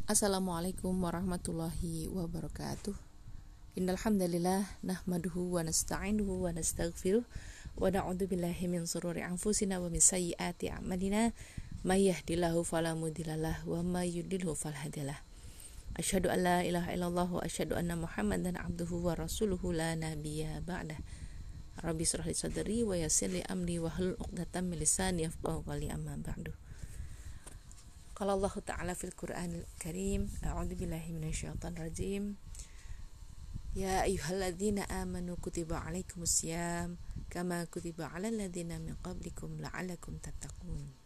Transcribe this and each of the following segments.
Assalamualaikum warahmatullahi wabarakatuh. Innal hamdalillah nahmaduhu wa nasta'inuhu wa nastaghfiruh wa na'udzu billahi min shururi anfusina wa min sayyiati a'malina may yahdihillahu fala mudhillalah wa may yudlilhu fala hadiyalah. Asyhadu an la ilaha illallah wa asyhadu anna Muhammadan abduhu wa rasuluhu la nabiyya ba'dah. Rabbi shrah li sadri wa yassir li amri wa hlul 'uqdatam min lisani yafqahu qawli amma ba'du. Qala Allah Ta'ala fil Qur'anil Karim, a'udzu billahi minasyaitonir rajim. Ya ayyuhalladzina amanu kutiba 'alaikumusiyam kama kutiba 'alal ladzina min qablikum la'allakum tattaqun.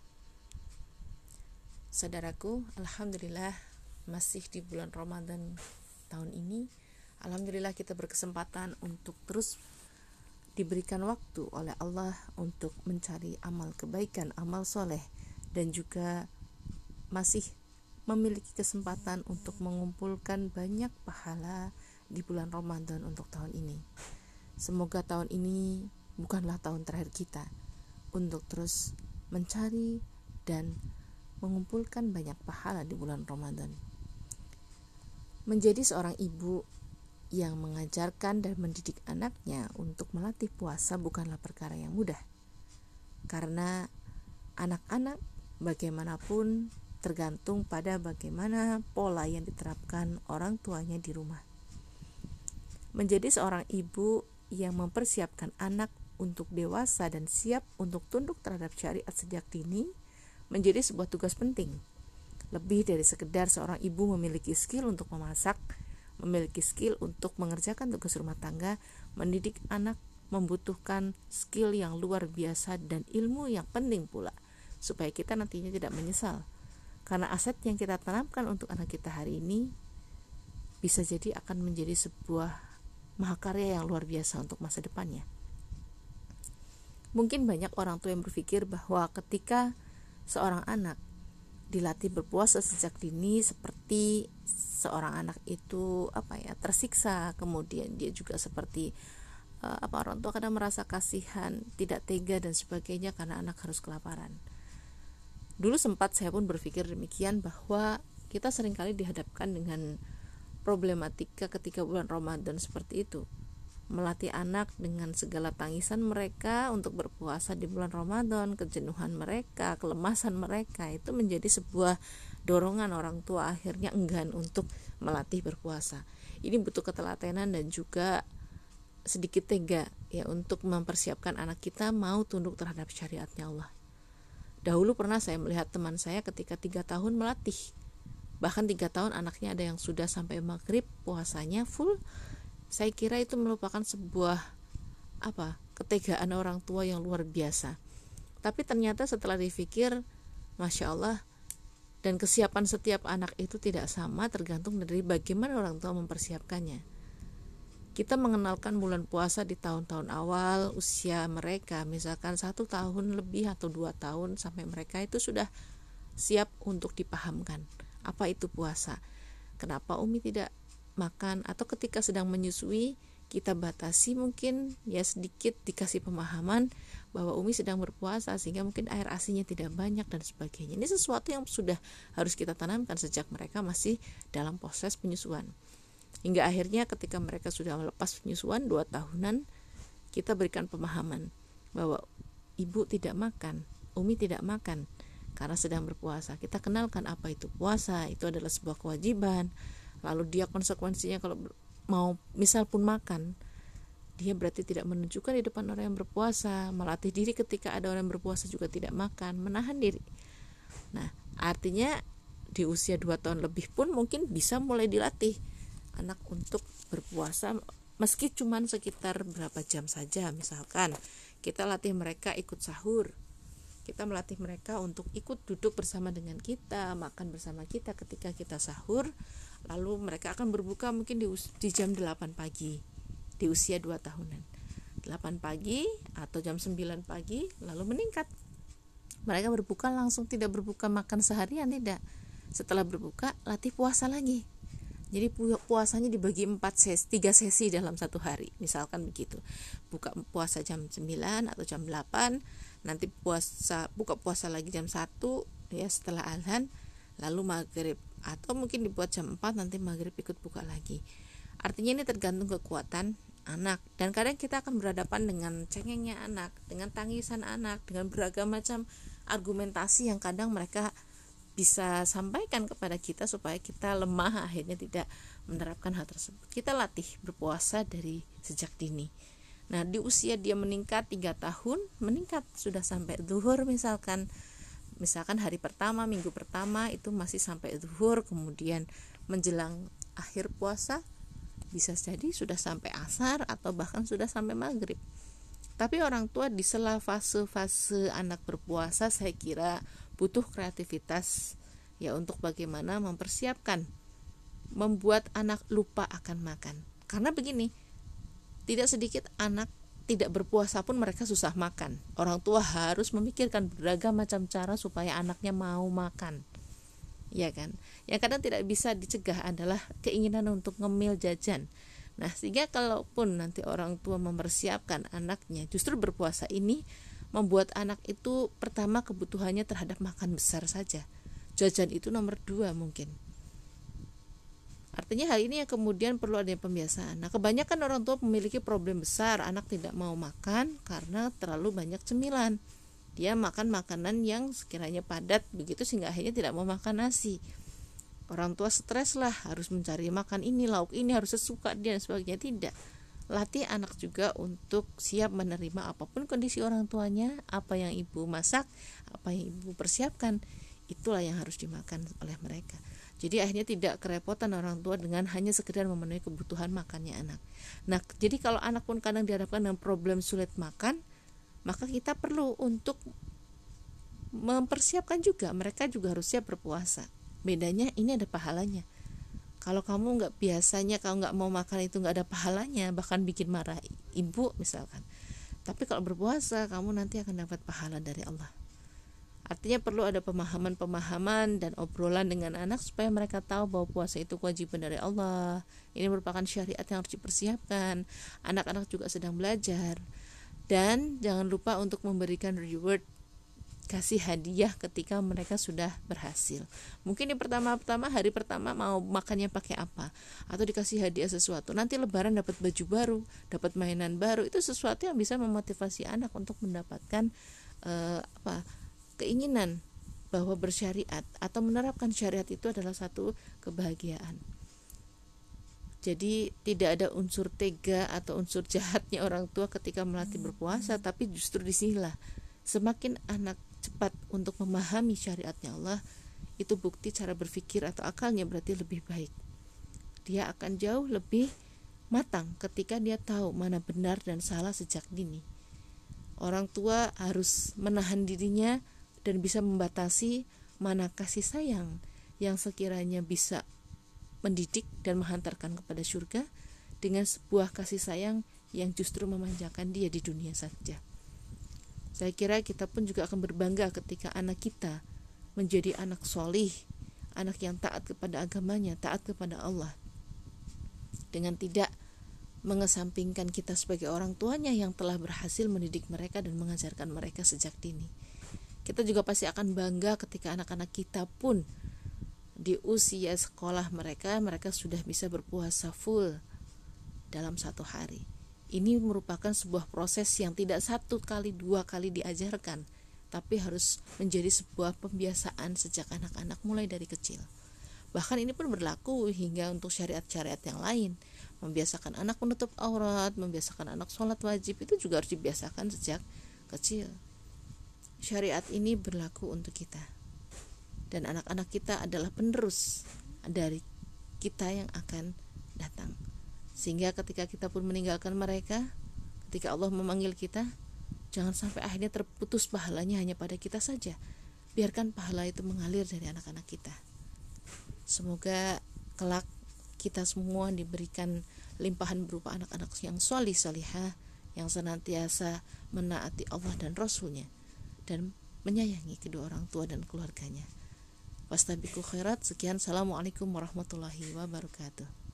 Saudaraku, alhamdulillah masih di bulan Ramadan tahun ini. Alhamdulillah kita berkesempatan untuk terus diberikan waktu oleh Allah untuk mencari amal kebaikan, amal soleh, dan juga masih memiliki kesempatan untuk mengumpulkan banyak pahala di bulan Ramadan untuk tahun ini. Semoga tahun ini bukanlah tahun terakhir kita untuk terus mencari dan mengumpulkan banyak pahala di bulan Ramadan. Menjadi seorang ibu yang mengajarkan dan mendidik anaknya untuk melatih puasa bukanlah perkara yang mudah. Karena anak-anak bagaimanapun tergantung pada bagaimana pola yang diterapkan orang tuanya di rumah. Menjadi seorang ibu yang mempersiapkan anak untuk dewasa dan siap untuk tunduk terhadap syariat sejak dini menjadi sebuah tugas penting. Lebih dari sekedar seorang ibu memiliki skill untuk memasak, memiliki skill untuk mengerjakan tugas rumah tangga, mendidik anak membutuhkan skill yang luar biasa dan ilmu yang penting pula, supaya kita nantinya tidak menyesal. Karena aset yang kita tanamkan untuk anak kita hari ini bisa jadi akan menjadi sebuah mahakarya yang luar biasa untuk masa depannya. Mungkin banyak orang tua yang berpikir bahwa ketika seorang anak dilatih berpuasa sejak dini, seperti seorang anak itu tersiksa, kemudian dia juga seperti orang tua kadang merasa kasihan, tidak tega dan sebagainya karena anak harus kelaparan. Dulu sempat saya pun berpikir demikian, bahwa kita seringkali dihadapkan dengan problematika ketika bulan Ramadan seperti itu. Melatih anak dengan segala tangisan mereka untuk berpuasa di bulan Ramadan, kejenuhan mereka, kelemasan mereka, itu menjadi sebuah dorongan orang tua akhirnya enggan untuk melatih berpuasa. Ini butuh ketelatenan dan juga sedikit tega ya untuk mempersiapkan anak kita mau tunduk terhadap syariatnya Allah. Dahulu pernah saya melihat teman saya ketika 3 tahun melatih, bahkan 3 tahun anaknya ada yang sudah sampai maghrib puasanya full. Saya kira itu merupakan sebuah ketegaan orang tua yang luar biasa. Tapi ternyata setelah dipikir, Masya Allah, dan kesiapan setiap anak itu tidak sama, tergantung dari bagaimana orang tua mempersiapkannya. Kita mengenalkan bulan puasa di tahun-tahun awal usia mereka, misalkan 1 tahun lebih atau 2 tahun, sampai mereka itu sudah siap untuk dipahamkan apa itu puasa, kenapa Umi tidak makan, atau ketika sedang menyusui kita batasi, mungkin ya sedikit dikasih pemahaman bahwa Umi sedang berpuasa sehingga mungkin air ASI-nya tidak banyak dan sebagainya. Ini sesuatu yang sudah harus kita tanamkan sejak mereka masih dalam proses penyusuan. Hingga akhirnya ketika mereka sudah melepas penyusuan 2 tahunan, kita berikan pemahaman bahwa ibu tidak makan, Umi tidak makan karena sedang berpuasa. Kita kenalkan apa itu puasa, itu adalah sebuah kewajiban. Lalu dia konsekuensinya kalau mau misal pun makan, dia berarti tidak menunjukkan di depan orang yang berpuasa, melatih diri ketika ada orang yang berpuasa juga tidak makan, menahan diri. Nah, artinya di usia 2 tahun lebih pun mungkin bisa mulai dilatih anak untuk berpuasa, meski cuman sekitar berapa jam saja. Misalkan kita latih mereka ikut sahur, kita melatih mereka untuk ikut duduk bersama dengan kita, makan bersama kita ketika kita sahur. Lalu mereka akan berbuka mungkin di jam 8 pagi di usia 2 tahunan, 8 pagi atau jam 9 pagi, lalu meningkat. Mereka berbuka langsung, tidak berbuka makan seharian, tidak. Setelah berbuka latih puasa lagi. Jadi puasanya dibagi 3 sesi dalam 1 hari, misalkan begitu. Puasa jam 9 atau jam 8, nanti buka puasa lagi jam 1 ya setelah azan, lalu maghrib atau mungkin dibuat jam 4 nanti maghrib ikut buka lagi. Artinya ini tergantung kekuatan anak, dan kadang kita akan berhadapan dengan cengengnya anak, dengan tangisan anak, dengan beragam macam argumentasi yang kadang mereka bisa sampaikan kepada kita supaya kita lemah, akhirnya tidak menerapkan hal tersebut. Kita latih berpuasa dari sejak dini. Nah, di usia dia meningkat 3 tahun, meningkat sudah sampai zuhur misalkan hari pertama, minggu pertama itu masih sampai zuhur, kemudian menjelang akhir puasa bisa jadi sudah sampai asar atau bahkan sudah sampai maghrib. Tapi orang tua di sela fase-fase anak berpuasa saya kira butuh kreativitas ya untuk bagaimana mempersiapkan, membuat anak lupa akan makan. Karena begini, tidak sedikit anak tidak berpuasa pun mereka susah makan. Orang tua harus memikirkan beragam macam cara supaya anaknya mau makan. Ya kan? Yang kadang tidak bisa dicegah adalah keinginan untuk ngemil jajan. Nah, sehingga kalaupun nanti orang tua mempersiapkan anaknya, justru berpuasa ini membuat anak itu pertama kebutuhannya terhadap makan besar saja. Jajan itu nomor 2 mungkin. Artinya hal ini yang kemudian perlu adanya pembiasaan. Nah, kebanyakan orang tua memiliki problem besar, anak tidak mau makan karena terlalu banyak cemilan. Dia makan makanan yang sekiranya padat begitu sehingga akhirnya tidak mau makan nasi. Orang tua stres lah, harus mencari makan ini, lauk ini harus sesuka dia dan sebagainya. Tidak. Latih anak juga untuk siap menerima apapun kondisi orang tuanya, apa yang ibu masak, apa yang ibu persiapkan, itulah yang harus dimakan oleh mereka. Jadi akhirnya tidak kerepotan orang tua dengan hanya sekedar memenuhi kebutuhan makannya anak. Nah, jadi kalau anak pun kadang dihadapkan dengan problem sulit makan, maka kita perlu untuk mempersiapkan juga, mereka juga harus siap berpuasa. Bedanya ini ada pahalanya. Kalau kamu nggak biasanya, kalau nggak mau makan itu nggak ada pahalanya, bahkan bikin marah ibu misalkan. Tapi kalau berpuasa kamu nanti akan dapat pahala dari Allah. Artinya perlu ada pemahaman-pemahaman dan obrolan dengan anak supaya mereka tahu bahwa puasa itu kewajiban dari Allah. Ini merupakan syariat yang harus dipersiapkan. Anak-anak juga sedang belajar. Dan jangan lupa untuk memberikan reward, kasih hadiah ketika mereka sudah berhasil. Mungkin di pertama-tama, hari pertama mau makannya pakai apa, atau dikasih hadiah sesuatu. Nanti lebaran dapat baju baru, dapat mainan baru. Itu sesuatu yang bisa memotivasi anak untuk mendapatkan keinginan bahwa bersyariat atau menerapkan syariat itu adalah satu kebahagiaan. Jadi tidak ada unsur tega atau unsur jahatnya orang tua ketika melatih berpuasa, tapi justru disinilah semakin anak cepat untuk memahami syariatnya Allah, itu bukti cara berpikir atau akalnya berarti lebih baik. Dia akan jauh lebih matang ketika dia tahu mana benar dan salah sejak dini. Orang tua harus menahan dirinya dan bisa membatasi mana kasih sayang yang sekiranya bisa mendidik dan menghantarkan kepada surga dengan sebuah kasih sayang yang justru memanjakan dia di dunia saja. Saya kira kita pun juga akan berbangga ketika anak kita menjadi anak solih, anak yang taat kepada agamanya, taat kepada Allah, dengan tidak mengesampingkan kita sebagai orang tuanya yang telah berhasil mendidik mereka dan mengajarkan mereka sejak dini. Kita juga pasti akan bangga ketika anak-anak kita pun di usia sekolah mereka sudah bisa berpuasa full dalam satu hari. Ini merupakan sebuah proses yang tidak 1 kali 2 kali diajarkan, tapi harus menjadi sebuah pembiasaan sejak anak-anak mulai dari kecil. Bahkan ini pun berlaku hingga untuk syariat-syariat yang lain. Membiasakan anak menutup aurat, membiasakan anak sholat wajib, itu juga harus dibiasakan sejak kecil. Syariat ini berlaku untuk kita. Dan anak-anak kita adalah penerus dari kita yang akan datang. Sehingga ketika kita pun meninggalkan mereka, ketika Allah memanggil kita, jangan sampai akhirnya terputus pahalanya hanya pada kita saja. Biarkan pahala itu mengalir dari anak-anak kita. Semoga kelak kita semua diberikan limpahan berupa anak-anak yang solih solihah, yang senantiasa menaati Allah dan Rasulnya, dan menyayangi kedua orang tua dan keluarganya. Wastabiqul khairat. Sekian, assalamualaikum warahmatullahi wabarakatuh.